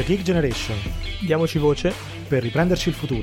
Geek Generation. Diamoci voce per riprenderci il futuro.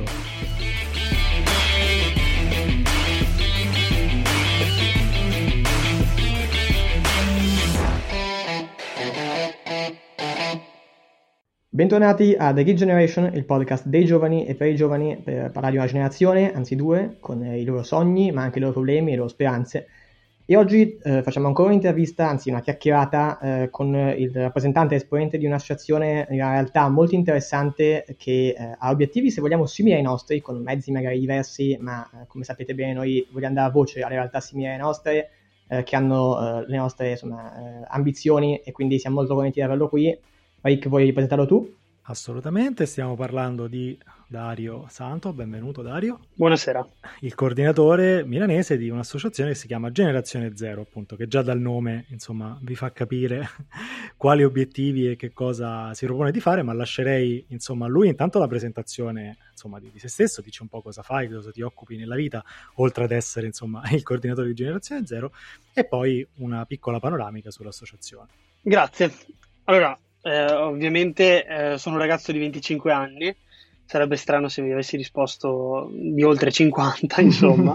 Bentornati a The Geek Generation, il podcast dei giovani e per i giovani, per parlare di una generazione, anzi due, con i loro sogni, ma anche i loro problemi e le loro speranze. E oggi facciamo ancora un'intervista, anzi una chiacchierata con il rappresentante e esponente di un'associazione in realtà molto interessante che ha obiettivi, se vogliamo, simili ai nostri, con mezzi magari diversi, ma come sapete bene noi vogliamo dare voce alle realtà simili alle nostre, che hanno le nostre ambizioni, e quindi siamo molto contenti di averlo qui. Rick, vuoi presentarlo tu? Assolutamente, stiamo parlando di Dario Santo. Benvenuto Dario. Buonasera. Il coordinatore milanese di un'associazione che si chiama Generazione Zero, appunto, che già dal nome insomma vi fa capire quali obiettivi e che cosa si propone di fare, ma lascerei insomma a lui intanto la presentazione insomma di se stesso, dici un po' cosa fai, cosa ti occupi nella vita, oltre ad essere insomma il coordinatore di Generazione Zero, e poi una piccola panoramica sull'associazione. Grazie. Allora, ovviamente sono un ragazzo di 25 anni, sarebbe strano se mi avessi risposto di oltre 50, insomma,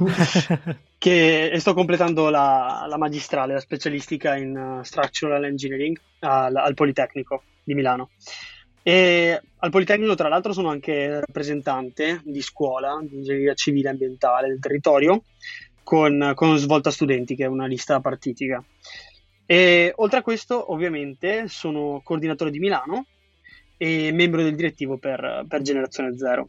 e sto completando la magistrale, la specialistica in Structural Engineering al Politecnico di Milano. E al Politecnico, tra l'altro, sono anche rappresentante di scuola di ingegneria civile e ambientale del territorio con Svolta Studenti, che è una lista partitica. E oltre a questo, ovviamente, sono coordinatore di Milano e membro del direttivo per Generazione Zero.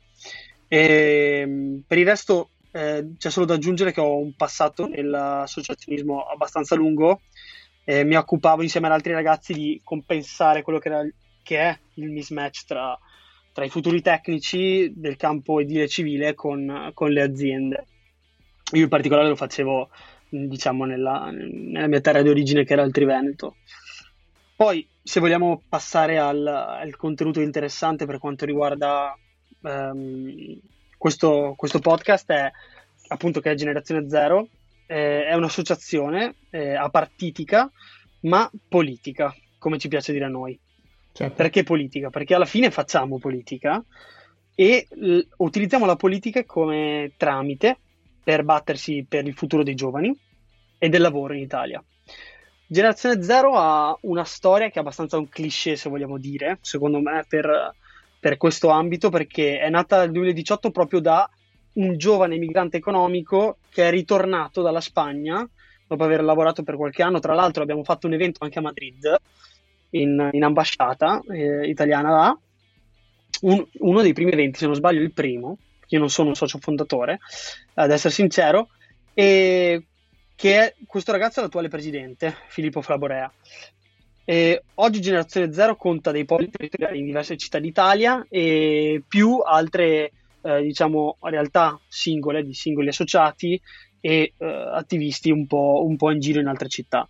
E, per il resto c'è solo da aggiungere che ho un passato nell'associazionismo abbastanza lungo. Mi occupavo insieme ad altri ragazzi di compensare quello che è il mismatch tra i futuri tecnici del campo edile civile con le aziende. Io in particolare lo facevo, diciamo, nella mia terra di origine, che era il Triveneto. Poi, se vogliamo passare al contenuto interessante per quanto riguarda questo podcast, è appunto che è Generazione Zero, è un'associazione apartitica ma politica, come ci piace dire a noi. Certo. Perché politica? Perché alla fine facciamo politica e utilizziamo la politica come tramite per battersi per il futuro dei giovani e del lavoro in Italia. Generazione Zero ha una storia che è abbastanza un cliché, se vogliamo dire, secondo me, per questo ambito, perché è nata nel 2018 proprio da un giovane migrante economico che è ritornato dalla Spagna dopo aver lavorato per qualche anno. Tra l'altro abbiamo fatto un evento anche a Madrid, in ambasciata italiana là, uno dei primi eventi, se non sbaglio il primo. Io non sono un socio fondatore, ad essere sincero, e che è questo ragazzo è l'attuale presidente, Filippo Flaborea. E oggi Generazione Zero conta dei poli territoriali in diverse città d'Italia e più altre diciamo realtà singole di singoli associati e attivisti un po' in giro in altre città.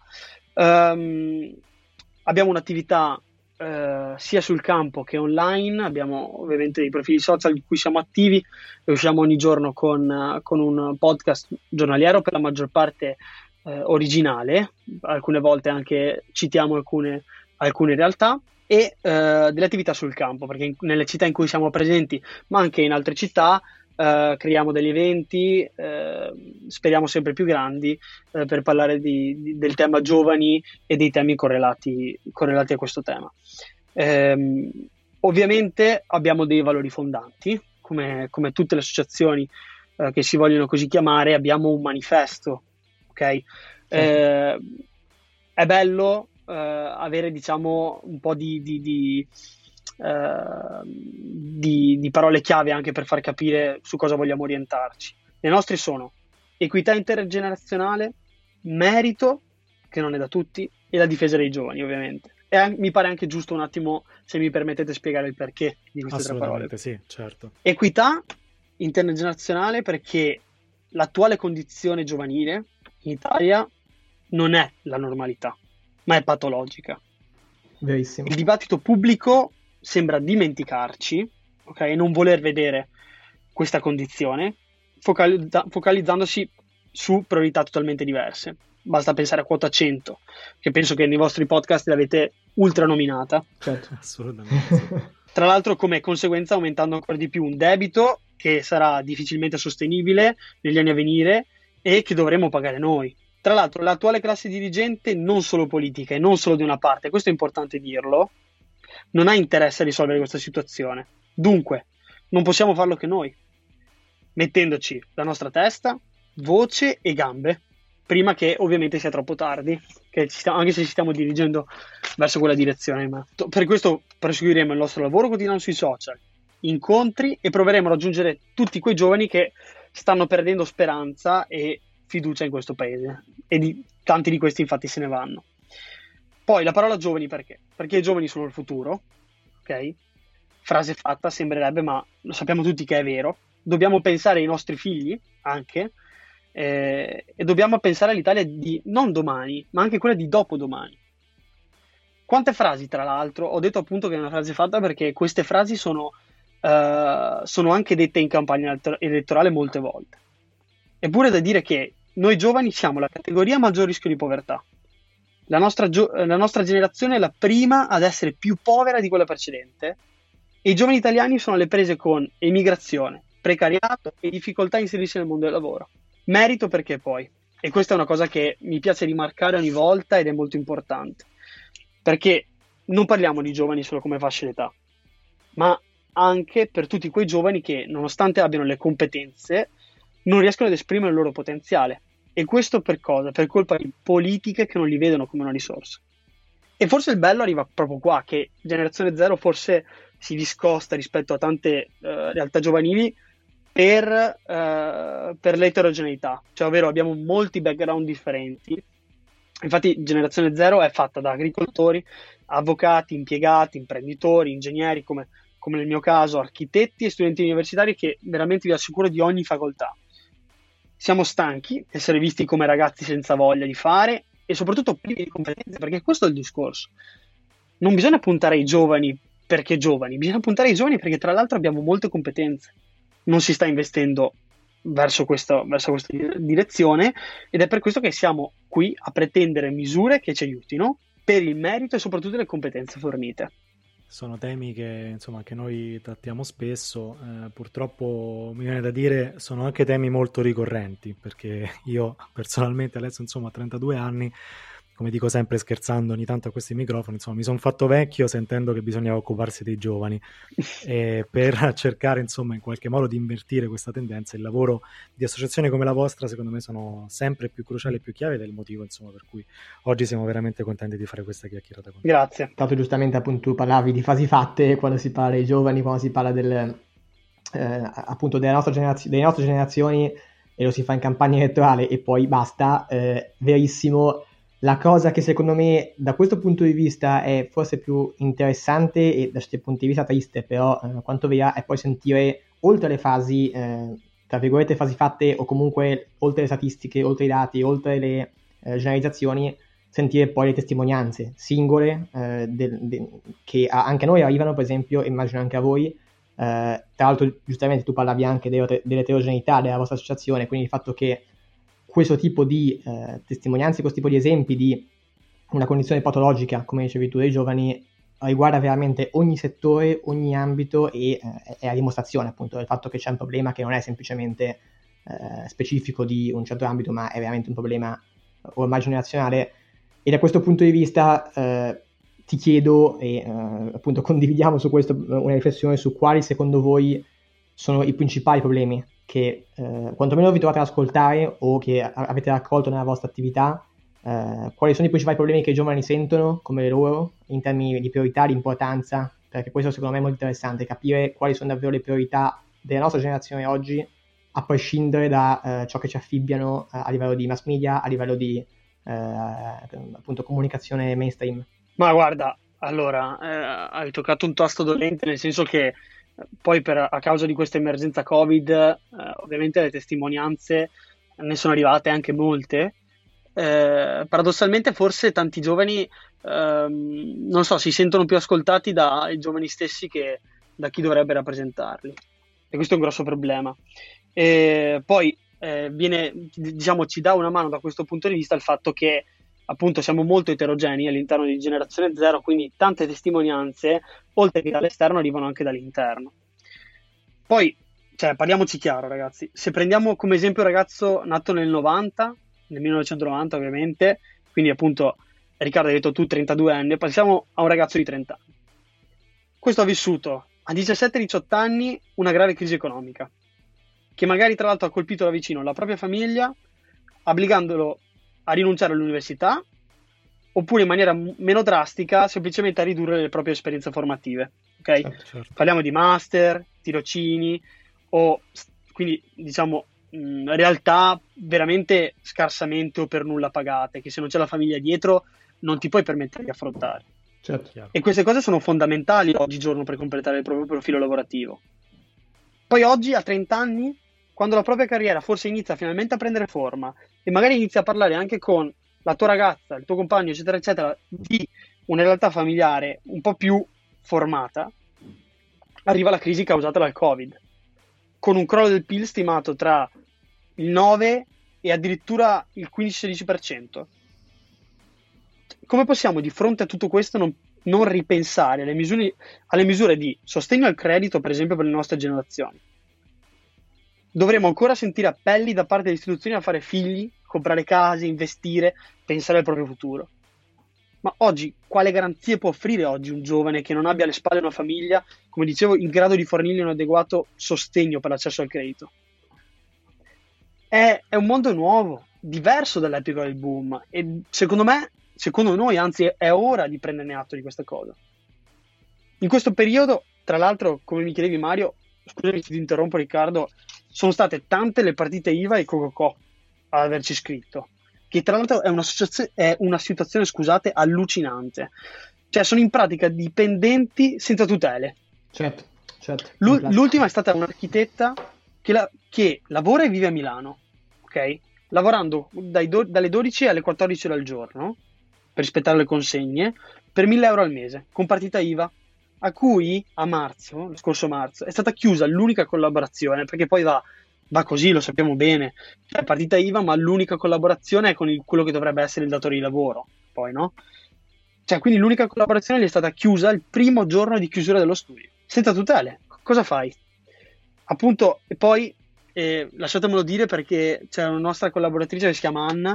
Abbiamo un'attività sia sul campo che online, abbiamo ovviamente dei profili social in cui siamo attivi e usciamo ogni giorno con un podcast giornaliero, per la maggior parte originale, alcune volte anche citiamo alcune realtà, e delle attività sul campo, perché nelle città in cui siamo presenti, ma anche in altre città, creiamo degli eventi, speriamo sempre più grandi, per parlare del tema giovani e dei temi correlati a questo tema. Ovviamente abbiamo dei valori fondanti, come tutte le associazioni che si vogliono così chiamare. Abbiamo un manifesto, ok? È bello avere, diciamo, un po' di parole chiave anche per far capire su cosa vogliamo orientarci. Le nostre sono equità intergenerazionale, merito, che non è da tutti, e la difesa dei giovani, ovviamente. E mi pare anche giusto un attimo, se mi permettete, spiegare il perché di queste tre parole. Assolutamente, sì, certo. Equità intergenerazionale perché l'attuale condizione giovanile in Italia non è la normalità, ma è patologica. Verissimo. Il dibattito pubblico sembra dimenticarci, ok, e non voler vedere questa condizione, focalizzandosi su priorità totalmente diverse. Basta pensare a quota 100, che penso che nei vostri podcast l'avete ultra nominata. Certo. Assolutamente sì. Tra l'altro, come conseguenza, aumentando ancora di più un debito che sarà difficilmente sostenibile negli anni a venire e che dovremo pagare noi. Tra l'altro, l'attuale classe dirigente, non solo politica e non solo di una parte, questo è importante dirlo, non ha interesse a risolvere questa situazione. Dunque, non possiamo farlo che noi, mettendoci la nostra testa, voce e gambe, prima che ovviamente sia troppo tardi, anche se ci stiamo dirigendo verso quella direzione. Ma per questo proseguiremo il nostro lavoro quotidiano sui social, incontri, e proveremo a raggiungere tutti quei giovani che stanno perdendo speranza e fiducia in questo paese, e tanti di questi infatti se ne vanno. Poi la parola giovani perché? Perché i giovani sono il futuro, ok? Frase fatta, sembrerebbe, ma lo sappiamo tutti che è vero. Dobbiamo pensare ai nostri figli anche, e dobbiamo pensare all'Italia di non domani, ma anche quella di dopodomani. Quante frasi, tra l'altro, ho detto appunto che è una frase fatta perché queste frasi sono anche dette in campagna elettorale molte volte. Eppure è da dire che noi giovani siamo la categoria a maggior rischio di povertà. La nostra generazione è la prima ad essere più povera di quella precedente, e i giovani italiani sono alle prese con emigrazione, precariato e difficoltà a inserirsi nel mondo del lavoro. Merito perché poi, e questa è una cosa che mi piace rimarcare ogni volta ed è molto importante, perché non parliamo di giovani solo come fascia d'età, ma anche per tutti quei giovani che, nonostante abbiano le competenze, non riescono ad esprimere il loro potenziale. E questo per cosa? Per colpa di politiche che non li vedono come una risorsa. E forse il bello arriva proprio qua, che Generazione Zero forse si discosta rispetto a tante realtà giovanili per l'eterogeneità, cioè ovvero abbiamo molti background differenti. Infatti Generazione Zero è fatta da agricoltori, avvocati, impiegati, imprenditori, ingegneri, come nel mio caso, architetti e studenti universitari, che veramente vi assicuro di ogni facoltà. Siamo stanchi di essere visti come ragazzi senza voglia di fare e soprattutto privi di competenze, perché questo è il discorso. Non bisogna puntare ai giovani perché giovani, bisogna puntare ai giovani perché tra l'altro abbiamo molte competenze. Non si sta investendo verso questa direzione, ed è per questo che siamo qui a pretendere misure che ci aiutino per il merito e soprattutto le competenze fornite. Sono temi che insomma anche noi trattiamo spesso, purtroppo mi viene da dire sono anche temi molto ricorrenti, perché io personalmente adesso insomma ho 32 anni, come dico sempre scherzando ogni tanto a questi microfoni, insomma mi sono fatto vecchio sentendo che bisognava occuparsi dei giovani, e per cercare insomma in qualche modo di invertire questa tendenza, il lavoro di associazioni come la vostra secondo me sono sempre più cruciali e più chiave, ed è il motivo insomma per cui oggi siamo veramente contenti di fare questa chiacchierata con te. Grazie. Tanto giustamente appunto tu parlavi di fasi fatte quando si parla dei giovani, quando si parla appunto delle nostre generazioni, e lo si fa in campagna elettorale e poi basta, verissimo. La cosa che secondo me da questo punto di vista è forse più interessante e da certi punti di vista triste, però quanto vera, è poi sentire oltre le fasi, tra virgolette fasi fatte, o comunque oltre le statistiche, oltre i dati, oltre le generalizzazioni, sentire poi le testimonianze singole che anche a noi arrivano, per esempio, immagino anche a voi. Tra l'altro giustamente tu parlavi anche dell'eterogeneità della vostra associazione, quindi il fatto che questo tipo di testimonianze, questo tipo di esempi di una condizione patologica, come dicevi tu, dei giovani, riguarda veramente ogni settore, ogni ambito, e è la dimostrazione appunto del fatto che c'è un problema che non è semplicemente specifico di un certo ambito, ma è veramente un problema ormai generazionale. E da questo punto di vista ti chiedo, e appunto condividiamo su questo una riflessione su quali secondo voi sono i principali problemi che quantomeno vi trovate ad ascoltare o che avete raccolto nella vostra attività. Quali sono i principali problemi che i giovani sentono come le loro, in termini di priorità, di importanza, perché questo secondo me è molto interessante, capire quali sono davvero le priorità della nostra generazione oggi, a prescindere da ciò che ci affibbiano a livello di mass media, a livello di appunto comunicazione mainstream. Ma guarda, allora, hai toccato un tasto dolente, nel senso che poi a causa di questa emergenza Covid, ovviamente le testimonianze ne sono arrivate anche molte. Paradossalmente forse tanti giovani, non so, si sentono più ascoltati dai giovani stessi che da chi dovrebbe rappresentarli, e questo è un grosso problema. E poi ci dà una mano da questo punto di vista il fatto che appunto siamo molto eterogenei all'interno di Generazione Zero, quindi tante testimonianze, oltre che dall'esterno, arrivano anche dall'interno. Poi, cioè, parliamoci chiaro, ragazzi, se prendiamo come esempio un ragazzo nato nel 90, nel 1990 ovviamente, quindi appunto Riccardo hai detto tu 32 anni, passiamo a un ragazzo di 30 anni. Questo ha vissuto a 17-18 anni una grave crisi economica, che magari tra l'altro ha colpito da vicino la propria famiglia, obbligandolo a rinunciare all'università, oppure in maniera meno drastica, semplicemente a ridurre le proprie esperienze formative. Ok? Certo. Parliamo di master, tirocini, quindi diciamo realtà veramente scarsamente o per nulla pagate, che se non c'è la famiglia dietro non ti puoi permettere di affrontare. Certo. E queste cose sono fondamentali oggigiorno per completare il proprio profilo lavorativo. Poi oggi, a 30 anni, quando la propria carriera forse inizia finalmente a prendere forma e magari inizia a parlare anche con la tua ragazza, il tuo compagno, eccetera, eccetera, di una realtà familiare un po' più formata, arriva la crisi causata dal Covid, con un crollo del PIL stimato tra il 9 e addirittura il 15-16%. Come possiamo di fronte a tutto questo non ripensare alle misure di sostegno al credito, per esempio per le nostre generazioni? Dovremo ancora sentire appelli da parte delle istituzioni a fare figli, comprare case, investire, pensare al proprio futuro. Ma oggi, quale garanzie può offrire oggi un giovane che non abbia alle spalle una famiglia, come dicevo, in grado di fornirgli un adeguato sostegno per l'accesso al credito? È un mondo nuovo, diverso dall'epoca del boom, e secondo noi, anzi, è ora di prenderne atto di questa cosa. In questo periodo, tra l'altro, come mi chiedevi Mario, scusami se ti interrompo Riccardo, sono state tante le partite IVA e Cococò ad averci scritto, che tra l'altro è una situazione, scusate, allucinante. Cioè sono in pratica dipendenti senza tutele. Certo. L'ultima è stata un'architetta che lavora e vive a Milano, ok? Lavorando dalle 12 alle 14 ore al giorno per rispettare le consegne per 1.000 euro al mese, con partita IVA, a cui a marzo, lo scorso marzo, è stata chiusa l'unica collaborazione, perché poi va così, lo sappiamo bene, cioè partita IVA, ma l'unica collaborazione è con quello che dovrebbe essere il datore di lavoro, poi no? Cioè, quindi l'unica collaborazione gli è stata chiusa il primo giorno di chiusura dello studio, senza tutele. Cosa fai? Appunto, e poi lasciatemelo dire perché c'è una nostra collaboratrice che si chiama Anna,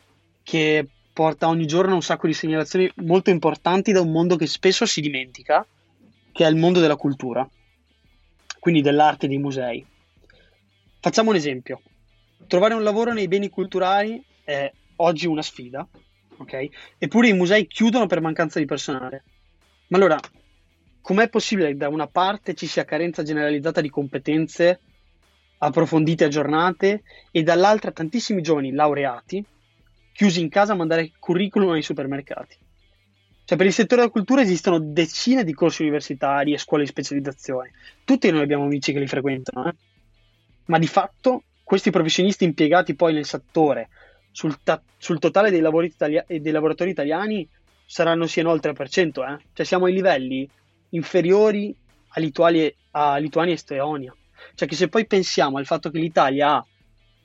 che porta ogni giorno un sacco di segnalazioni molto importanti da un mondo che spesso si dimentica, che è il mondo della cultura, quindi dell'arte e dei musei. Facciamo un esempio. Trovare un lavoro nei beni culturali è oggi una sfida, ok? Eppure i musei chiudono per mancanza di personale. Ma allora, com'è possibile che da una parte ci sia carenza generalizzata di competenze approfondite e aggiornate e dall'altra tantissimi giovani laureati chiusi in casa a mandare curriculum ai supermercati? Cioè, per il settore della cultura esistono decine di corsi universitari e scuole di specializzazione. Tutti noi abbiamo amici che li frequentano, ma di fatto questi professionisti impiegati poi nel settore sul totale dei lavoratori italiani saranno sì inoltre il 3%, Cioè siamo ai livelli inferiori a Lituania e Estonia. Cioè che se poi pensiamo al fatto che l'Italia ha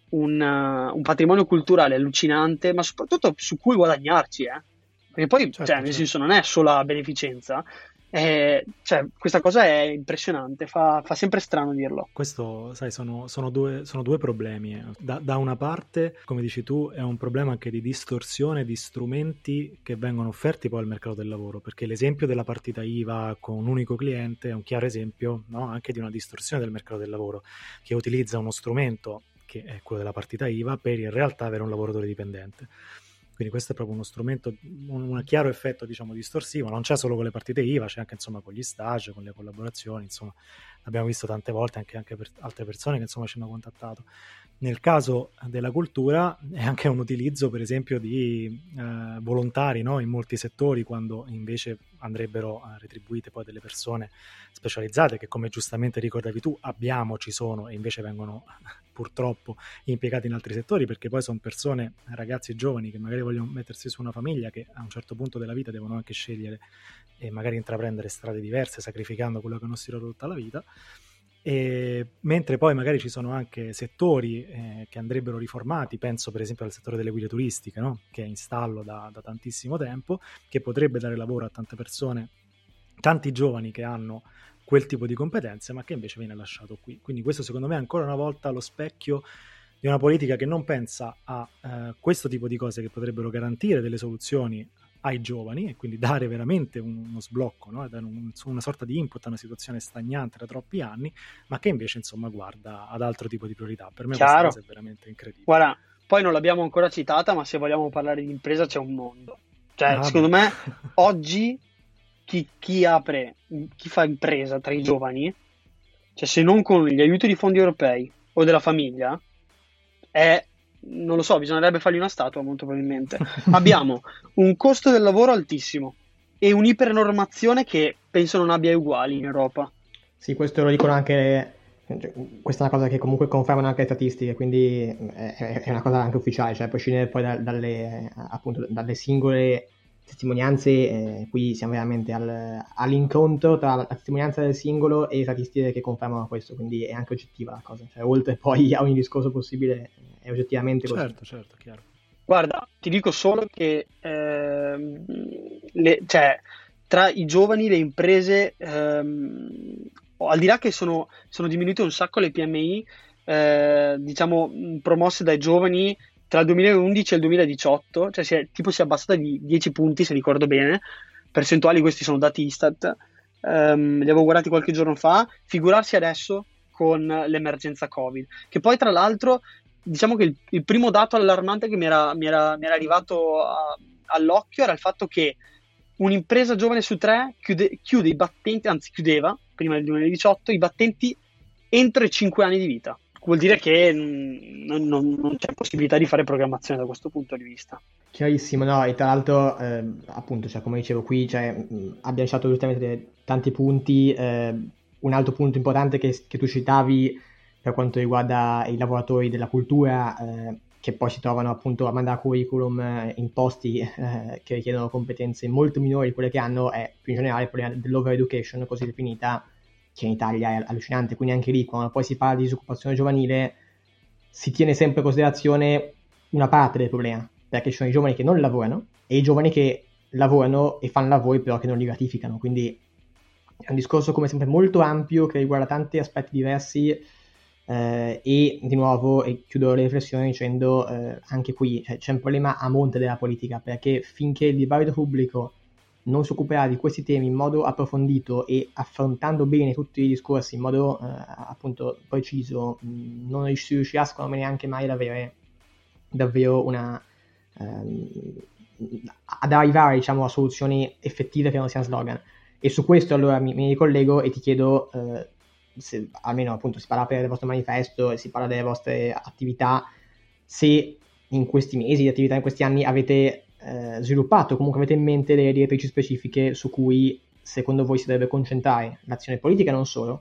un patrimonio culturale allucinante, ma soprattutto su cui guadagnarci, perché poi nel senso non è solo la beneficenza, cioè, questa cosa è impressionante, fa sempre strano dirlo. Questo, sai, sono due problemi. Da una parte, come dici tu, è un problema anche di distorsione di strumenti che vengono offerti poi al mercato del lavoro, perché l'esempio della partita IVA con un unico cliente è un chiaro esempio, no? Anche di una distorsione del mercato del lavoro, che utilizza uno strumento che è quello della partita IVA per in realtà avere un lavoratore dipendente. Quindi questo è proprio uno strumento, un chiaro effetto, diciamo, distorsivo. Non c'è solo con le partite IVA, c'è anche insomma con gli stage, con le collaborazioni, insomma l'abbiamo visto tante volte anche per altre persone che insomma ci hanno contattato. Nel caso della cultura è anche un utilizzo per esempio di volontari, no? In molti settori, quando invece andrebbero retribuite poi delle persone specializzate che, come giustamente ricordavi tu, ci sono e invece vengono purtroppo impiegati in altri settori, perché poi sono persone, ragazzi giovani che magari vogliono mettersi su una famiglia, che a un certo punto della vita devono anche scegliere e magari intraprendere strade diverse, sacrificando quello che hanno studiato tutta la vita. mentre poi magari ci sono anche settori che andrebbero riformati, penso per esempio al settore delle guide turistiche, no? Che è in stallo da tantissimo tempo, che potrebbe dare lavoro a tante persone, tanti giovani che hanno quel tipo di competenze, ma che invece viene lasciato qui. Quindi questo secondo me è ancora una volta lo specchio di una politica che non pensa a questo tipo di cose che potrebbero garantire delle soluzioni ai giovani e quindi dare veramente uno sblocco, no? Dare una sorta di input a una situazione stagnante da troppi anni, ma che invece insomma guarda ad altro tipo di priorità. Per me Chiaro. questa cosa è veramente incredibile. Guarda, poi non l'abbiamo ancora citata, ma se vogliamo parlare di impresa c'è un mondo. Cioè, secondo me, oggi chi apre, chi fa impresa tra i giovani, cioè se non con gli aiuti di fondi europei o della famiglia, non lo so, bisognerebbe fargli una statua molto probabilmente. Abbiamo un costo del lavoro altissimo e un'ipernormazione che penso non abbia uguali in Europa. Sì, questo lo dicono anche, questa è una cosa che comunque confermano anche le statistiche, quindi è una cosa anche ufficiale, cioè a prescindere poi dalle singole testimonianze, qui siamo veramente all'incontro tra la testimonianza del singolo e le statistiche che confermano questo, quindi è anche oggettiva la cosa, cioè oltre poi a ogni discorso possibile è oggettivamente così. Certo, chiaro. Guarda, ti dico solo che cioè, tra i giovani le imprese, al di là che sono diminuite un sacco le PMI, diciamo promosse dai giovani tra il 2011 e il 2018, cioè si è abbassata di 10 punti se ricordo bene, percentuali, questi sono dati Istat, li avevo guardati qualche giorno fa, figurarsi adesso con l'emergenza Covid, che poi tra l'altro diciamo che il primo dato allarmante che mi era arrivato all'occhio era il fatto che un'impresa giovane su 3 chiude i battenti, anzi chiudeva prima del 2018 i battenti entro i 5 anni di vita. Vuol dire che non c'è possibilità di fare programmazione da questo punto di vista. Chiarissimo, no, e tra l'altro appunto, cioè, come dicevo qui, cioè, abbiamo citato giustamente tanti punti, un altro punto importante che tu citavi per quanto riguarda i lavoratori della cultura, che poi si trovano appunto a mandare curriculum in posti che richiedono competenze molto minori di quelle che hanno, è più in generale il problema dell'over education così definita, che in Italia è allucinante. Quindi anche lì, quando poi si parla di disoccupazione giovanile, si tiene sempre in considerazione una parte del problema, perché ci sono i giovani che non lavorano e i giovani che lavorano e fanno lavori però che non li gratificano. Quindi è un discorso come sempre molto ampio che riguarda tanti aspetti diversi, e di nuovo, e chiudo le riflessioni dicendo anche qui c'è un problema a monte della politica, perché finché il dibattito pubblico non si occuperà di questi temi in modo approfondito e affrontando bene tutti i discorsi in modo appunto preciso, non si riuscirà secondo me neanche mai ad avere davvero ad arrivare, diciamo, a soluzioni effettive che non siano slogan. E su questo allora mi ricollego e ti chiedo, se almeno appunto si parla per il vostro manifesto e si parla delle vostre attività, se in questi mesi di attività, in questi anni avete sviluppato, comunque avete in mente delle direttrici specifiche su cui secondo voi si dovrebbe concentrare l'azione politica, non solo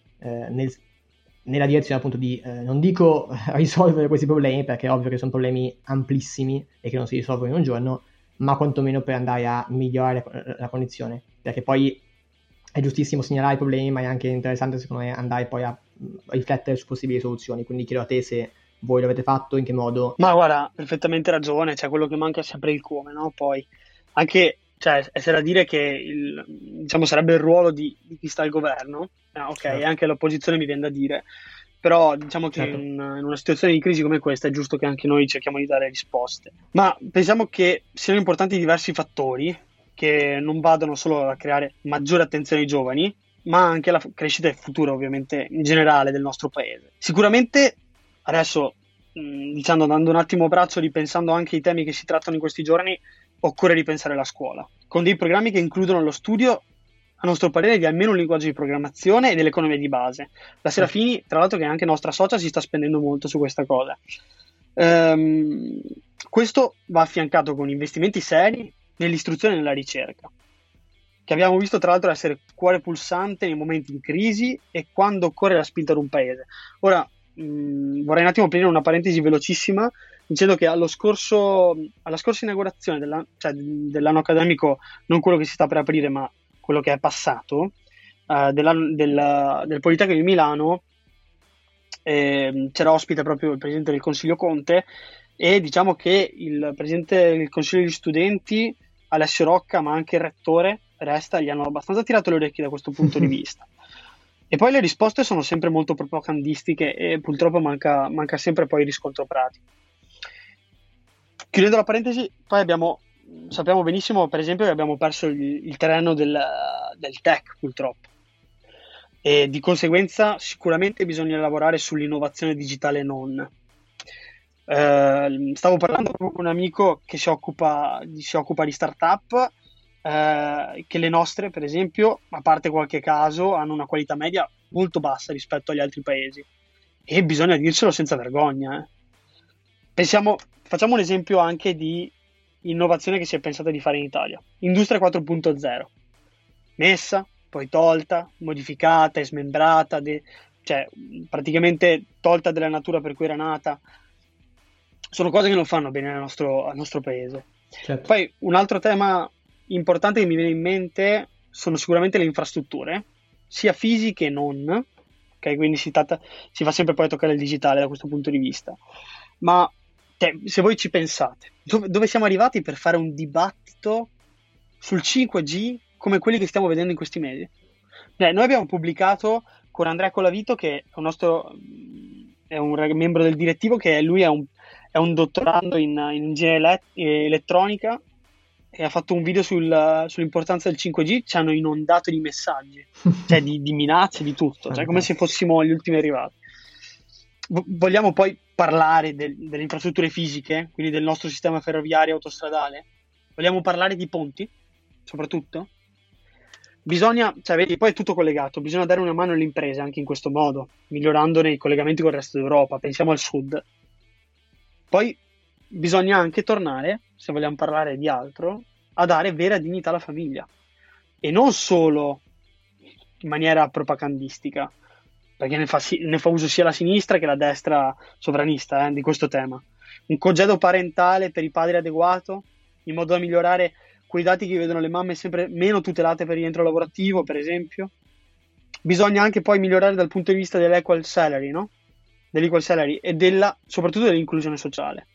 nella direzione appunto di non dico risolvere questi problemi, perché è ovvio che sono problemi amplissimi e che non si risolvono in un giorno, ma quantomeno per andare a migliorare la condizione, perché poi è giustissimo segnalare i problemi, ma è anche interessante secondo me andare poi a riflettere su possibili soluzioni. Quindi chiedo a te se voi lo avete fatto, in che modo. Ma guarda, perfettamente ragione, cioè quello che manca è sempre il come, no? Poi anche, cioè, essere a dire che diciamo sarebbe il ruolo di chi sta al governo, ok, certo. Anche l'opposizione mi viene da dire, però diciamo che certo. in una situazione di crisi come questa è giusto che anche noi cerchiamo di dare risposte. Ma pensiamo che siano importanti diversi fattori che non vadano solo a creare maggiore attenzione ai giovani, ma anche alla crescita futura, ovviamente, in generale del nostro paese. Sicuramente, adesso, diciamo, dando un attimo braccio, ripensando anche ai temi che si trattano in questi giorni, occorre ripensare la scuola, con dei programmi che includono lo studio, a nostro parere, di almeno un linguaggio di programmazione e dell'economia di base. La Serafini, tra l'altro, che è anche nostra socia, si sta spendendo molto su questa cosa. Questo va affiancato con investimenti seri nell'istruzione e nella ricerca, che abbiamo visto tra l'altro essere cuore pulsante nei momenti di crisi e quando occorre la spinta ad un paese. Ora vorrei un attimo aprire una parentesi velocissima dicendo che alla scorsa inaugurazione dell'anno accademico, non quello che si sta per aprire ma quello che è passato, del Politecnico di Milano, c'era ospite proprio il presidente del Consiglio Conte, e diciamo che il presidente del Consiglio degli Studenti, Alessio Rocca, ma anche il rettore Resta, gli hanno abbastanza tirato le orecchie da questo punto di vista. E poi le risposte sono sempre molto propagandistiche e purtroppo manca sempre poi il riscontro pratico. Chiudendo la parentesi, poi sappiamo benissimo, per esempio, che abbiamo perso il terreno del tech, purtroppo. E di conseguenza sicuramente bisogna lavorare sull'innovazione digitale non. Stavo parlando con un amico che si occupa di startup, che le nostre, per esempio, a parte qualche caso, hanno una qualità media molto bassa rispetto agli altri paesi, e bisogna dircelo senza vergogna. Facciamo un esempio anche di innovazione che si è pensata di fare in Italia. Industria 4.0, messa, poi tolta, modificata e smembrata, cioè praticamente tolta dalla natura per cui era nata. Sono cose che non fanno bene al nostro paese. Certo. Poi un altro tema importante che mi viene in mente sono sicuramente le infrastrutture, sia fisiche che non, ok? Quindi si fa sempre poi a toccare il digitale da questo punto di vista. Ma se voi ci pensate, dove siamo arrivati per fare un dibattito sul 5G come quelli che stiamo vedendo in questi mesi? Noi abbiamo pubblicato con Andrea Colavito, che è un membro del direttivo, che lui è un dottorando in ingegneria elettronica, e ha fatto un video sull'importanza del 5G. Ci hanno inondato di messaggi, cioè di minacce, di tutto, cioè come se fossimo gli ultimi arrivati. Vogliamo poi parlare delle infrastrutture fisiche, quindi del nostro sistema ferroviario e autostradale? Vogliamo parlare di ponti, soprattutto? Vedi, poi è tutto collegato, bisogna dare una mano alle imprese anche in questo modo, migliorandone i collegamenti con il resto d'Europa. Pensiamo al sud. Poi bisogna anche tornare, se vogliamo parlare di altro, a dare vera dignità alla famiglia, e non solo in maniera propagandistica, perché ne fa uso sia la sinistra che la destra sovranista di questo tema. Un congedo parentale per i padri adeguato, in modo da migliorare quei dati che vedono le mamme sempre meno tutelate per il rientro lavorativo, per esempio. Bisogna anche poi migliorare dal punto di vista dell'equal salary, no? Dell'equal salary e soprattutto dell'inclusione sociale.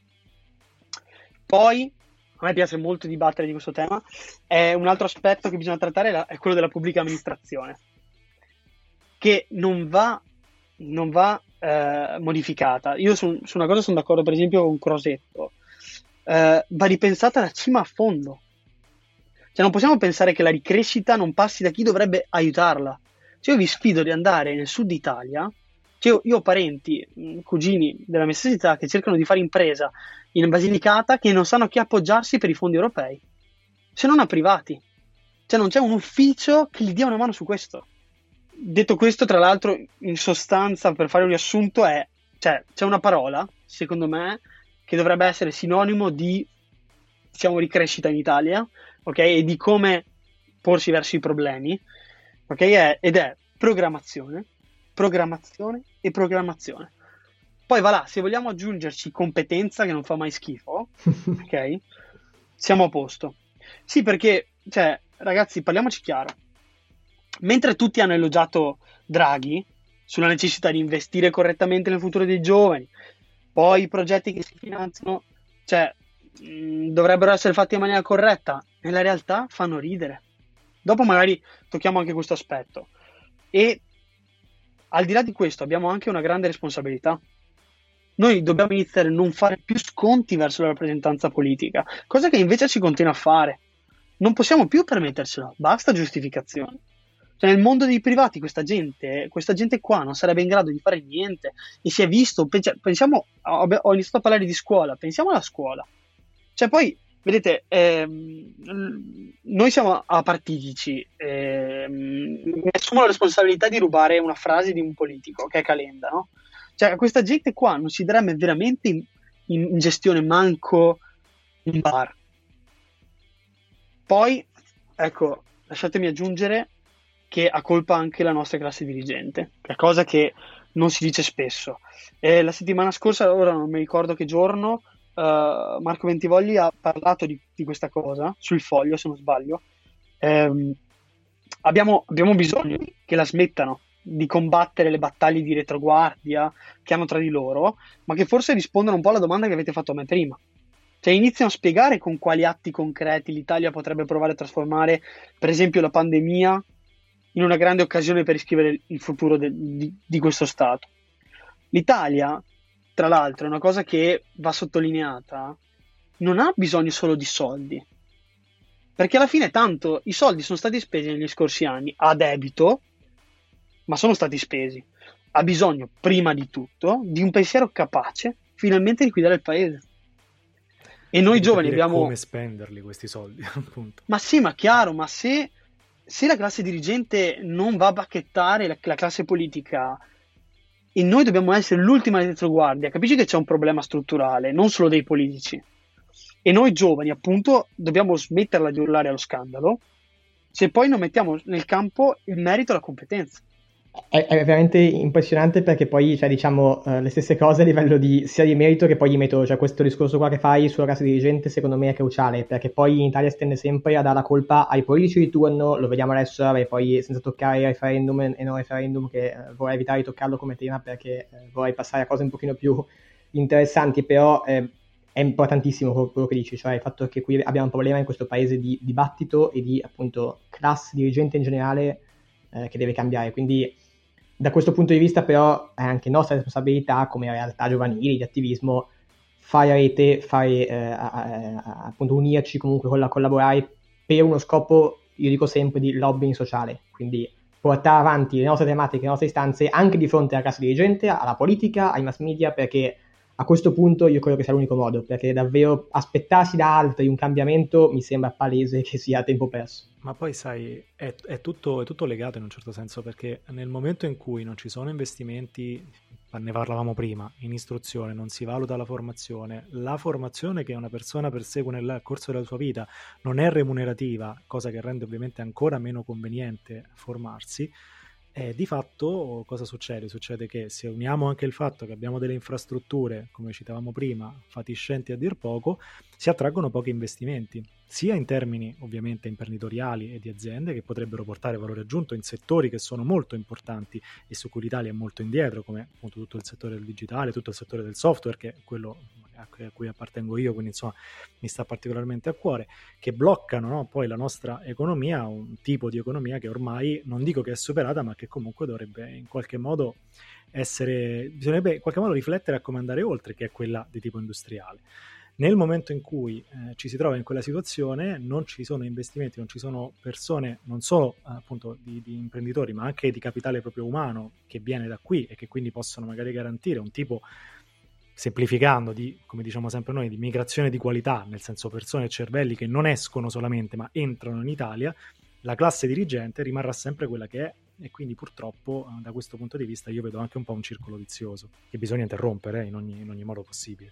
Poi, a me piace molto dibattere di questo tema, un altro aspetto che bisogna trattare è quello della pubblica amministrazione, che non va modificata. Io su una cosa sono d'accordo, per esempio, con Crosetto. Va ripensata da cima a fondo. Cioè, non possiamo pensare che la ricrescita non passi da chi dovrebbe aiutarla. Cioè, io vi sfido di andare nel sud Italia. Cioè, io ho parenti, cugini della mia stessa età, che cercano di fare impresa in Basilicata, che non sanno a chi appoggiarsi per i fondi europei, se non a privati. Cioè, non c'è un ufficio che gli dia una mano su questo. Detto questo, tra l'altro, in sostanza, per fare un riassunto, c'è una parola, secondo me, che dovrebbe essere sinonimo di ricrescita in Italia, ok? E di come porsi verso i problemi, ok? Ed è programmazione e programmazione. Poi va là, se vogliamo aggiungerci competenza, che non fa mai schifo, ok? Siamo a posto. Sì, perché, ragazzi, parliamoci chiaro. Mentre tutti hanno elogiato Draghi sulla necessità di investire correttamente nel futuro dei giovani, poi i progetti che si finanziano, dovrebbero essere fatti in maniera corretta, nella realtà fanno ridere. Dopo magari tocchiamo anche questo aspetto. E al di là di questo abbiamo anche una grande responsabilità. Noi dobbiamo iniziare a non fare più sconti verso la rappresentanza politica, cosa che invece si continua a fare. Non possiamo più permettercelo, basta giustificazioni. Nel mondo dei privati questa gente qua non sarebbe in grado di fare niente, e si è visto. Pensiamo, ho iniziato a parlare di scuola, pensiamo alla scuola. Poi, vedete, noi siamo apartitici, mi assumo la responsabilità di rubare una frase di un politico, che è Calenda, no? Questa gente qua non si darebbe veramente in gestione manco un bar. Poi, ecco, lasciatemi aggiungere che ha colpa anche la nostra classe dirigente, che è cosa che non si dice spesso. La settimana scorsa, ora non mi ricordo che giorno, Marco Bentivogli ha parlato di questa cosa sul Foglio, se non sbaglio, abbiamo bisogno che la smettano di combattere le battaglie di retroguardia che hanno tra di loro, ma che forse rispondano un po' alla domanda che avete fatto a me prima. Cioè iniziano a spiegare con quali atti concreti l'Italia potrebbe provare a trasformare, per esempio, la pandemia in una grande occasione per riscrivere il futuro di questo Stato. L'Italia, tra l'altro, è una cosa che va sottolineata, non ha bisogno solo di soldi, perché alla fine tanto i soldi sono stati spesi negli scorsi anni a debito, ma sono stati spesi. Ha bisogno, prima di tutto, di un pensiero capace finalmente di guidare il paese. E noi Di giovani capire abbiamo... come spenderli questi soldi, appunto. Ma sì, ma chiaro, ma se la classe dirigente non va a bacchettare la classe politica e noi dobbiamo essere l'ultima retroguardia, capisci che c'è un problema strutturale, non solo dei politici. E noi giovani, appunto, dobbiamo smetterla di urlare allo scandalo se poi non mettiamo nel campo il merito e la competenza. È veramente impressionante perché poi, cioè, diciamo, le stesse cose a livello di sia di merito che poi di metodo, cioè questo discorso qua che fai sulla classe dirigente secondo me è cruciale, perché poi in Italia si tende sempre a dare la colpa ai politici di turno, lo vediamo adesso, vabbè, poi senza toccare il referendum e non referendum, che vorrei evitare di toccarlo come tema perché vorrei passare a cose un pochino più interessanti, però è importantissimo quello che dici, cioè il fatto che qui abbiamo un problema in questo paese di dibattito e di appunto classe dirigente in generale che deve cambiare, quindi da questo punto di vista però è anche nostra responsabilità come realtà giovanili di attivismo fare rete, appunto unirci comunque collaborare per uno scopo, io dico sempre, di lobbying sociale, quindi portare avanti le nostre tematiche, le nostre istanze anche di fronte alla classe dirigente, alla politica, ai mass media, perché a questo punto io credo che sia l'unico modo, perché davvero aspettarsi da altri un cambiamento mi sembra palese che sia a tempo perso. Ma poi sai, è tutto legato in un certo senso, perché nel momento in cui non ci sono investimenti, ne parlavamo prima, in istruzione, non si valuta la formazione che una persona persegue nel corso della sua vita non è remunerativa, cosa che rende ovviamente ancora meno conveniente formarsi. Di fatto cosa succede? Succede che se uniamo anche il fatto che abbiamo delle infrastrutture, come citavamo prima, fatiscenti a dir poco, si attraggono pochi investimenti, sia in termini ovviamente imprenditoriali e di aziende che potrebbero portare valore aggiunto in settori che sono molto importanti e su cui l'Italia è molto indietro, come appunto tutto il settore del digitale, tutto il settore del software, che è quello a cui appartengo io, quindi insomma mi sta particolarmente a cuore, che bloccano, no, poi la nostra economia, un tipo di economia che ormai non dico che è superata, ma che comunque dovrebbe in qualche modo bisognerebbe in qualche modo riflettere a come andare oltre, che è quella di tipo industriale. Nel momento in cui ci si trova in quella situazione, non ci sono investimenti, non ci sono persone, non solo appunto di imprenditori, ma anche di capitale proprio umano che viene da qui e che quindi possono magari garantire un tipo, semplificando, di, come diciamo sempre noi, di migrazione di qualità, nel senso persone e cervelli che non escono solamente ma entrano in Italia. La classe dirigente rimarrà sempre quella che è, e quindi purtroppo da questo punto di vista io vedo anche un po' un circolo vizioso che bisogna interrompere in ogni modo possibile.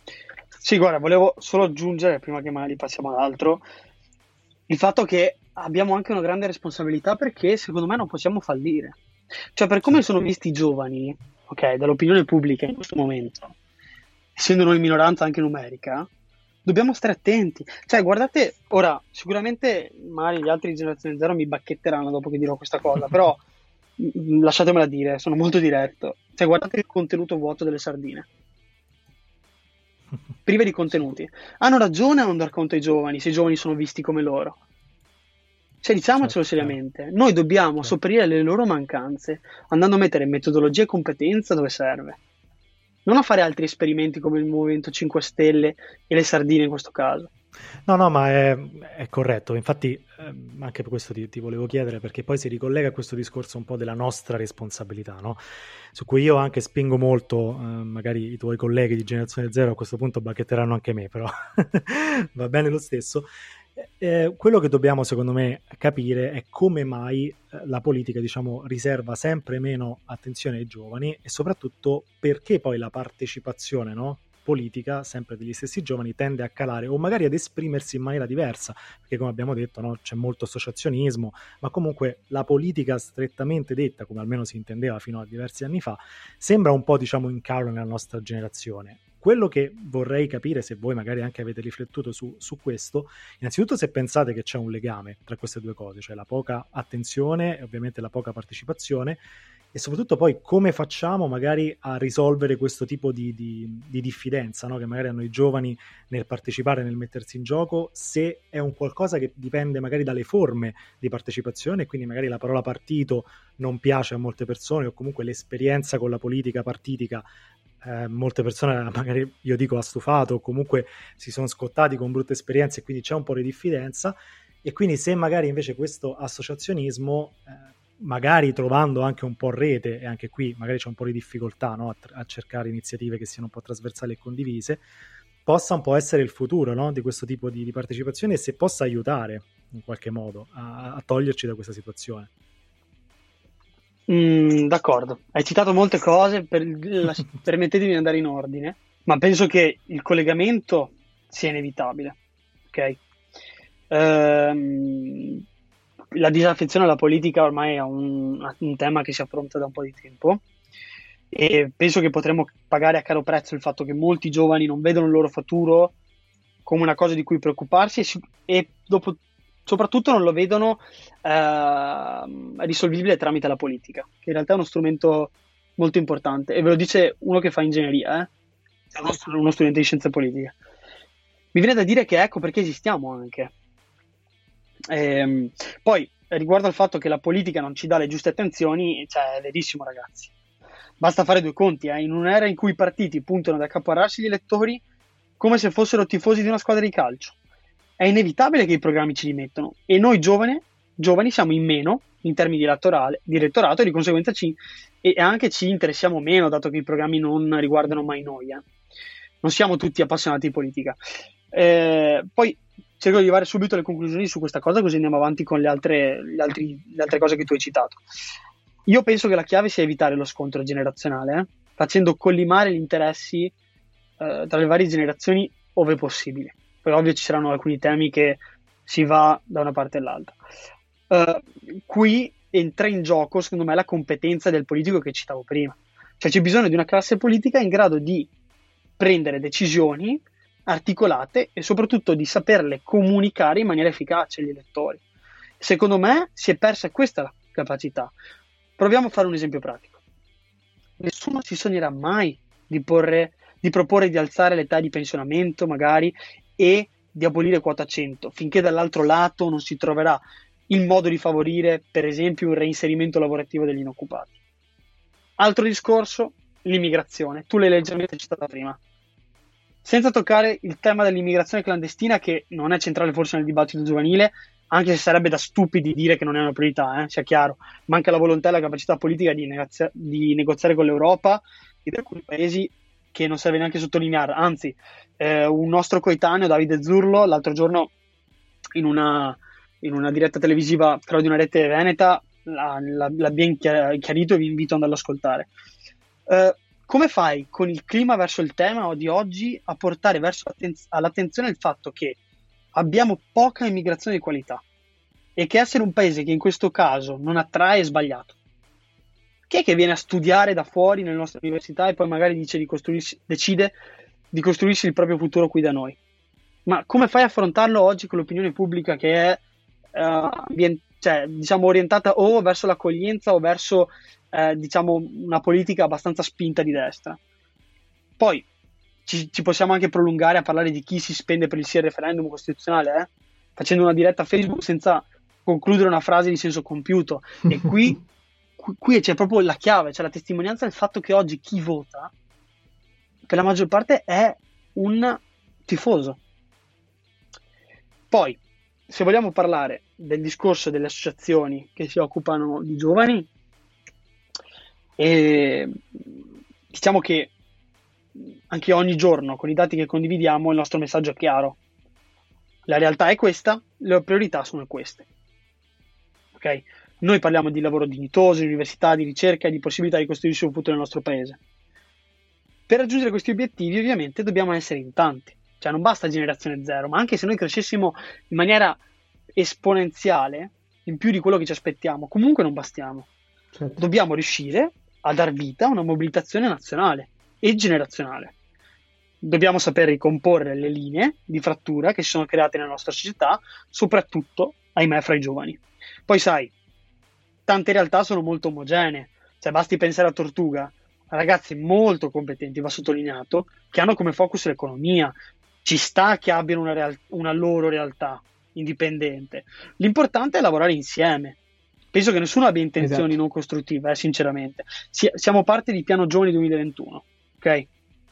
Sì, guarda, volevo solo aggiungere, prima che magari passiamo ad altro, il fatto che abbiamo anche una grande responsabilità perché secondo me non possiamo fallire. Cioè, per come sono visti i giovani, ok, dall'opinione pubblica in questo momento, essendo noi minoranza anche numerica, dobbiamo stare attenti. Cioè, guardate, ora, sicuramente magari gli altri di Generazione Zero mi bacchetteranno dopo che dirò questa cosa, però lasciatemela dire, sono molto diretto. Cioè, guardate il contenuto vuoto delle sardine. Prive di contenuti. Hanno ragione a non dar conto ai giovani, se i giovani sono visti come loro. Cioè, diciamocelo seriamente, noi dobbiamo sopperire le loro mancanze, andando a mettere metodologia e competenza dove serve. Non a fare altri esperimenti come il Movimento 5 Stelle e le sardine in questo caso. No, ma è corretto. Infatti anche per questo ti volevo chiedere, perché poi si ricollega a questo discorso un po' della nostra responsabilità, no? Su cui io anche spingo molto, magari i tuoi colleghi di Generazione Zero a questo punto bacchetteranno anche me, però va bene lo stesso. Quello che dobbiamo secondo me capire è come mai la politica, diciamo, riserva sempre meno attenzione ai giovani e soprattutto perché poi la partecipazione, no, politica sempre degli stessi giovani tende a calare o magari ad esprimersi in maniera diversa, perché come abbiamo detto, no, c'è molto associazionismo, ma comunque la politica strettamente detta, come almeno si intendeva fino a diversi anni fa, sembra un po', diciamo, in calo nella nostra generazione. quello che vorrei capire, se voi magari anche avete riflettuto su questo, innanzitutto se pensate che c'è un legame tra queste due cose, cioè la poca attenzione e ovviamente la poca partecipazione, e soprattutto poi come facciamo magari a risolvere questo tipo di diffidenza, no? Che magari hanno i giovani nel partecipare, nel mettersi in gioco, se è un qualcosa che dipende magari dalle forme di partecipazione, e quindi magari la parola partito non piace a molte persone, o comunque l'esperienza con la politica partitica molte persone magari, io dico, ha stufato, o comunque si sono scottati con brutte esperienze, e quindi c'è un po' di diffidenza. E quindi se magari invece questo associazionismo, magari trovando anche un po' rete, e anche qui magari c'è un po' di difficoltà, no? a cercare iniziative che siano un po' trasversali e condivise, possa un po' essere il futuro, no? Di questo tipo di partecipazione, e se possa aiutare in qualche modo a toglierci da questa situazione. D'accordo, hai citato molte cose, permettetemi di andare in ordine, ma penso che il collegamento sia inevitabile, ok? La disaffezione alla politica ormai è un tema che si affronta da un po' di tempo, e penso che potremmo pagare a caro prezzo il fatto che molti giovani non vedono il loro futuro come una cosa di cui preoccuparsi, e dopo, soprattutto non lo vedono risolvibile tramite la politica, che in realtà è uno strumento molto importante, e ve lo dice uno che fa ingegneria, uno studente di scienze politiche. Mi viene da dire che ecco perché esistiamo anche. Poi, riguardo al fatto che la politica non ci dà le giuste attenzioni, cioè, è verissimo, ragazzi. Basta fare due conti, in un'era in cui i partiti puntano ad accaparrarsi gli elettori come se fossero tifosi di una squadra di calcio. È inevitabile che i programmi ci rimettono, e noi giovani siamo in meno in termini di elettorato, e di conseguenza e anche ci interessiamo meno, dato che i programmi non riguardano mai noi. Non siamo tutti appassionati di politica. Poi cerco di arrivare subito alle conclusioni su questa cosa, così andiamo avanti con le altre cose che tu hai citato. Io penso che la chiave sia evitare lo scontro generazionale, facendo collimare gli interessi tra le varie generazioni ove possibile. Poi ovvio ci saranno alcuni temi che si va da una parte all'altra. Qui entra in gioco, secondo me, la competenza del politico che citavo prima. Cioè c'è bisogno di una classe politica in grado di prendere decisioni articolate e soprattutto di saperle comunicare in maniera efficace agli elettori. Secondo me si è persa questa capacità. Proviamo a fare un esempio pratico. Nessuno si sognerà mai di proporre di alzare l'età di pensionamento magari, e di abolire quota 100, finché dall'altro lato non si troverà il modo di favorire, per esempio, un reinserimento lavorativo degli inoccupati. Altro discorso, l'immigrazione. Tu l'hai leggermente citata prima. Senza toccare il tema dell'immigrazione clandestina, che non è centrale forse nel dibattito giovanile, anche se sarebbe da stupidi dire che non è una priorità, sia chiaro. Manca la volontà e la capacità politica di negoziare con l'Europa e di alcuni paesi, che non serve neanche sottolineare. Anzi, un nostro coetaneo, Davide Zurlo, l'altro giorno in una diretta televisiva, però di una rete veneta, l'ha ben chiarito, e vi invito ad andarlo ad ascoltare. Come fai con il clima verso il tema di oggi a portare all'attenzione il fatto che abbiamo poca immigrazione di qualità, e che essere un paese che in questo caso non attrae è sbagliato? Chi è che viene a studiare da fuori nelle nostre università e poi magari decide di costruirsi il proprio futuro qui da noi? Ma come fai a affrontarlo oggi con l'opinione pubblica che è orientata o verso l'accoglienza o verso una politica abbastanza spinta di destra? Poi ci possiamo anche prolungare a parlare di chi si spende per il sì al referendum costituzionale, facendo una diretta a Facebook senza concludere una frase di senso compiuto. E qui c'è proprio la chiave, c'è la testimonianza del fatto che oggi chi vota per la maggior parte è un tifoso. Poi, se vogliamo parlare del discorso delle associazioni che si occupano di giovani, diciamo che anche ogni giorno con i dati che condividiamo il nostro messaggio è chiaro. La realtà è questa, le priorità sono queste. Ok? Noi parliamo di lavoro dignitoso, di università, di ricerca e di possibilità di costruirsi un futuro nel nostro paese. Per raggiungere questi obiettivi ovviamente dobbiamo essere in tanti, cioè non basta generazione zero, ma anche se noi crescessimo in maniera esponenziale, in più di quello che ci aspettiamo, comunque non bastiamo. Certo. Dobbiamo riuscire a dar vita a una mobilitazione nazionale e generazionale. dobbiamo saper ricomporre le linee di frattura che si sono create nella nostra società, soprattutto, ahimè, fra i giovani. Poi sai, tante realtà sono molto omogenee, cioè basti pensare a Tortuga, ragazzi molto competenti, va sottolineato, che hanno come focus l'economia. Ci sta che abbiano una loro realtà indipendente. L'importante è lavorare insieme. Penso che nessuno abbia intenzioni Esatto. non costruttive, sinceramente. Siamo parte di Piano Giovani 2021, ok?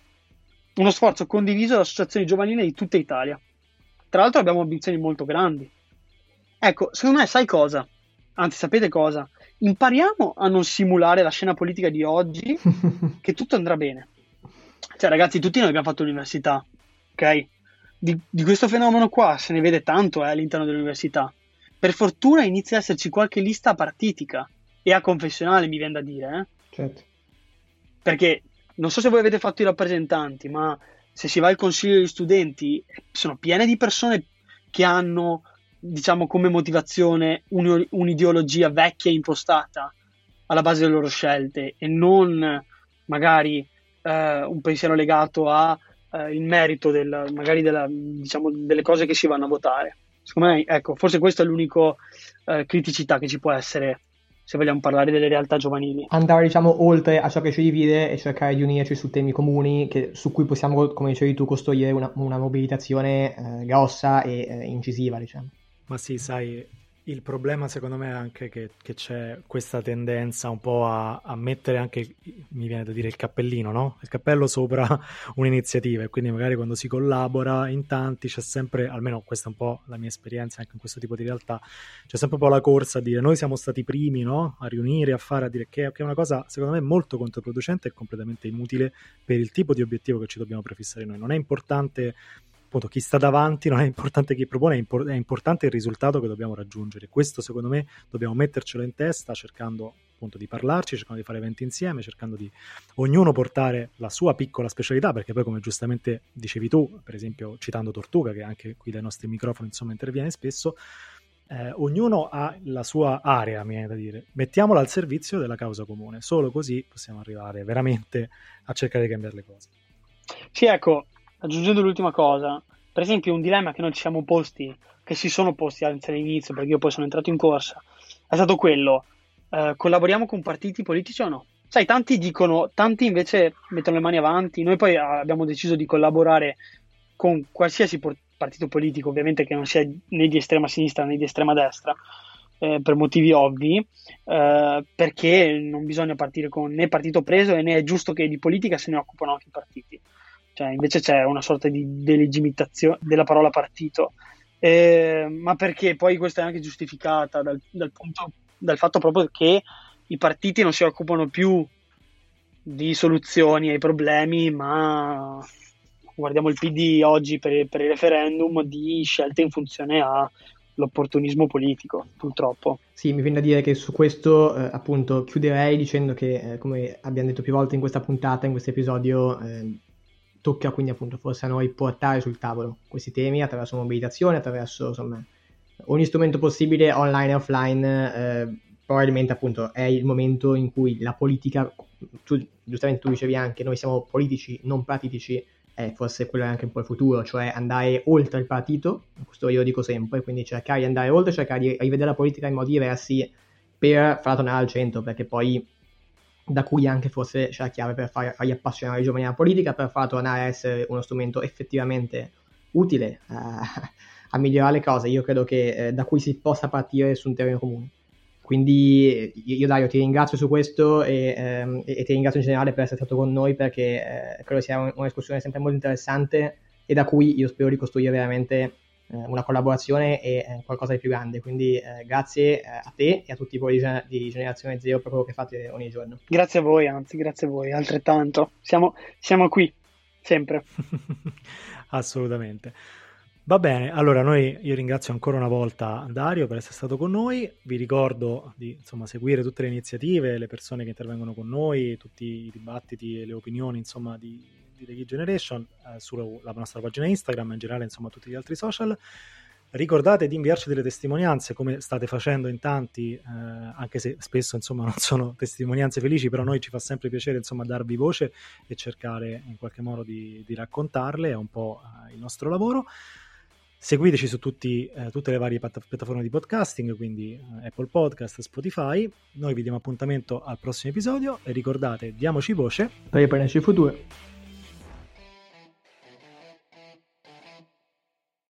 Uno sforzo condiviso dalle associazioni giovanili di tutta Italia. Tra l'altro abbiamo ambizioni molto grandi. Ecco, secondo me sai cosa? Anzi, sapete cosa? Impariamo a non simulare la scena politica di oggi, che tutto andrà bene. Cioè, ragazzi, tutti noi abbiamo fatto l'università, ok? Di questo fenomeno qua se ne vede tanto all'interno dell'università. Per fortuna inizia ad esserci qualche lista partitica e a confessionale, mi viene da dire, Certo. perché non so se voi avete fatto i rappresentanti, ma se si va al consiglio degli studenti, sono piene di persone che hanno, diciamo, come motivazione un'ideologia vecchia e impostata alla base delle loro scelte e non magari un pensiero legato a il merito magari diciamo, delle cose che si vanno a votare. Secondo me, ecco, forse questa è l'unica criticità che ci può essere se vogliamo parlare delle realtà giovanili. Andare, diciamo, oltre a ciò che ci divide e cercare di unirci su temi comuni su cui possiamo, come dicevi tu, costruire una mobilitazione grossa e incisiva, diciamo. Ma sì, sai, il problema secondo me è anche che c'è questa tendenza un po' a mettere anche, mi viene da dire, il cappellino, no? Il cappello sopra un'iniziativa e quindi magari quando si collabora in tanti c'è sempre, almeno questa è un po' la mia esperienza anche in questo tipo di realtà, c'è sempre un po' la corsa a dire noi siamo stati i primi, no? A riunire, a fare, a dire che è una cosa secondo me molto controproducente e completamente inutile per il tipo di obiettivo che ci dobbiamo prefissare noi. Non è importante appunto chi sta davanti, non è importante chi propone, è importante il risultato che dobbiamo raggiungere. Questo secondo me dobbiamo mettercelo in testa cercando appunto di parlarci, cercando di fare eventi insieme, cercando di ognuno portare la sua piccola specialità, perché poi come giustamente dicevi tu, per esempio citando Tortuga che anche qui dai nostri microfoni insomma interviene spesso, ognuno ha la sua area, mi viene da dire, mettiamola al servizio della causa comune, solo così possiamo arrivare veramente a cercare di cambiare le cose. Sì, ecco, aggiungendo l'ultima cosa, per esempio un dilemma che noi ci siamo posti, che si sono posti anzi all'inizio, perché io poi sono entrato in corsa, è stato quello, collaboriamo con partiti politici o no? Sai, tanti dicono, tanti invece mettono le mani avanti, noi poi abbiamo deciso di collaborare con qualsiasi partito politico, ovviamente che non sia né di estrema sinistra né di estrema destra, per motivi ovvi, perché non bisogna partire con né partito preso e né è giusto che di politica se ne occupano anche i partiti. Cioè, invece c'è una sorta di delegittimazione della parola partito, ma perché poi questa è anche giustificata dal fatto proprio che i partiti non si occupano più di soluzioni ai problemi, ma guardiamo il PD oggi per il referendum di scelte in funzione all'opportunismo politico, purtroppo. Sì, mi viene da dire che su questo appunto chiuderei dicendo che, come abbiamo detto più volte in questa puntata, in questo episodio, tocca quindi appunto forse a noi portare sul tavolo questi temi attraverso mobilitazione, attraverso insomma ogni strumento possibile online e offline. Probabilmente appunto è il momento in cui la politica, giustamente tu dicevi anche, noi siamo politici non partitici, forse quello è anche un po' il futuro, cioè andare oltre il partito, questo io lo dico sempre, quindi cercare di andare oltre, cercare di rivedere la politica in modi diversi per farla tornare al centro, perché poi da cui anche forse c'è la chiave per fargli appassionare i giovani alla politica, per farla tornare a essere uno strumento effettivamente utile a migliorare le cose. Io credo che da cui si possa partire su un terreno comune. Quindi io Dario ti ringrazio su questo e ti ringrazio in generale per essere stato con noi, perché credo sia una discussione sempre molto interessante e da cui io spero di costruire veramente una collaborazione e qualcosa di più grande. Quindi grazie a te e a tutti voi di Generazione Zero per quello che fate ogni giorno. Grazie a voi, anzi, grazie a voi, altrettanto. Siamo qui, sempre. Assolutamente. Va bene, allora io ringrazio ancora una volta Dario per essere stato con noi, vi ricordo di insomma seguire tutte le iniziative, le persone che intervengono con noi, tutti i dibattiti e le opinioni insomma di The Geek Generation sulla nostra pagina Instagram, in generale insomma tutti gli altri social. Ricordate di inviarci delle testimonianze, come state facendo in tanti, anche se spesso insomma non sono testimonianze felici, però a noi ci fa sempre piacere insomma darvi voce e cercare in qualche modo di raccontarle, è un po' il nostro lavoro. Seguiteci su tutte le varie piattaforme di podcasting, quindi Apple Podcast, Spotify. Noi vi diamo appuntamento al prossimo episodio e ricordate, diamoci voce per riprenderci il futuro.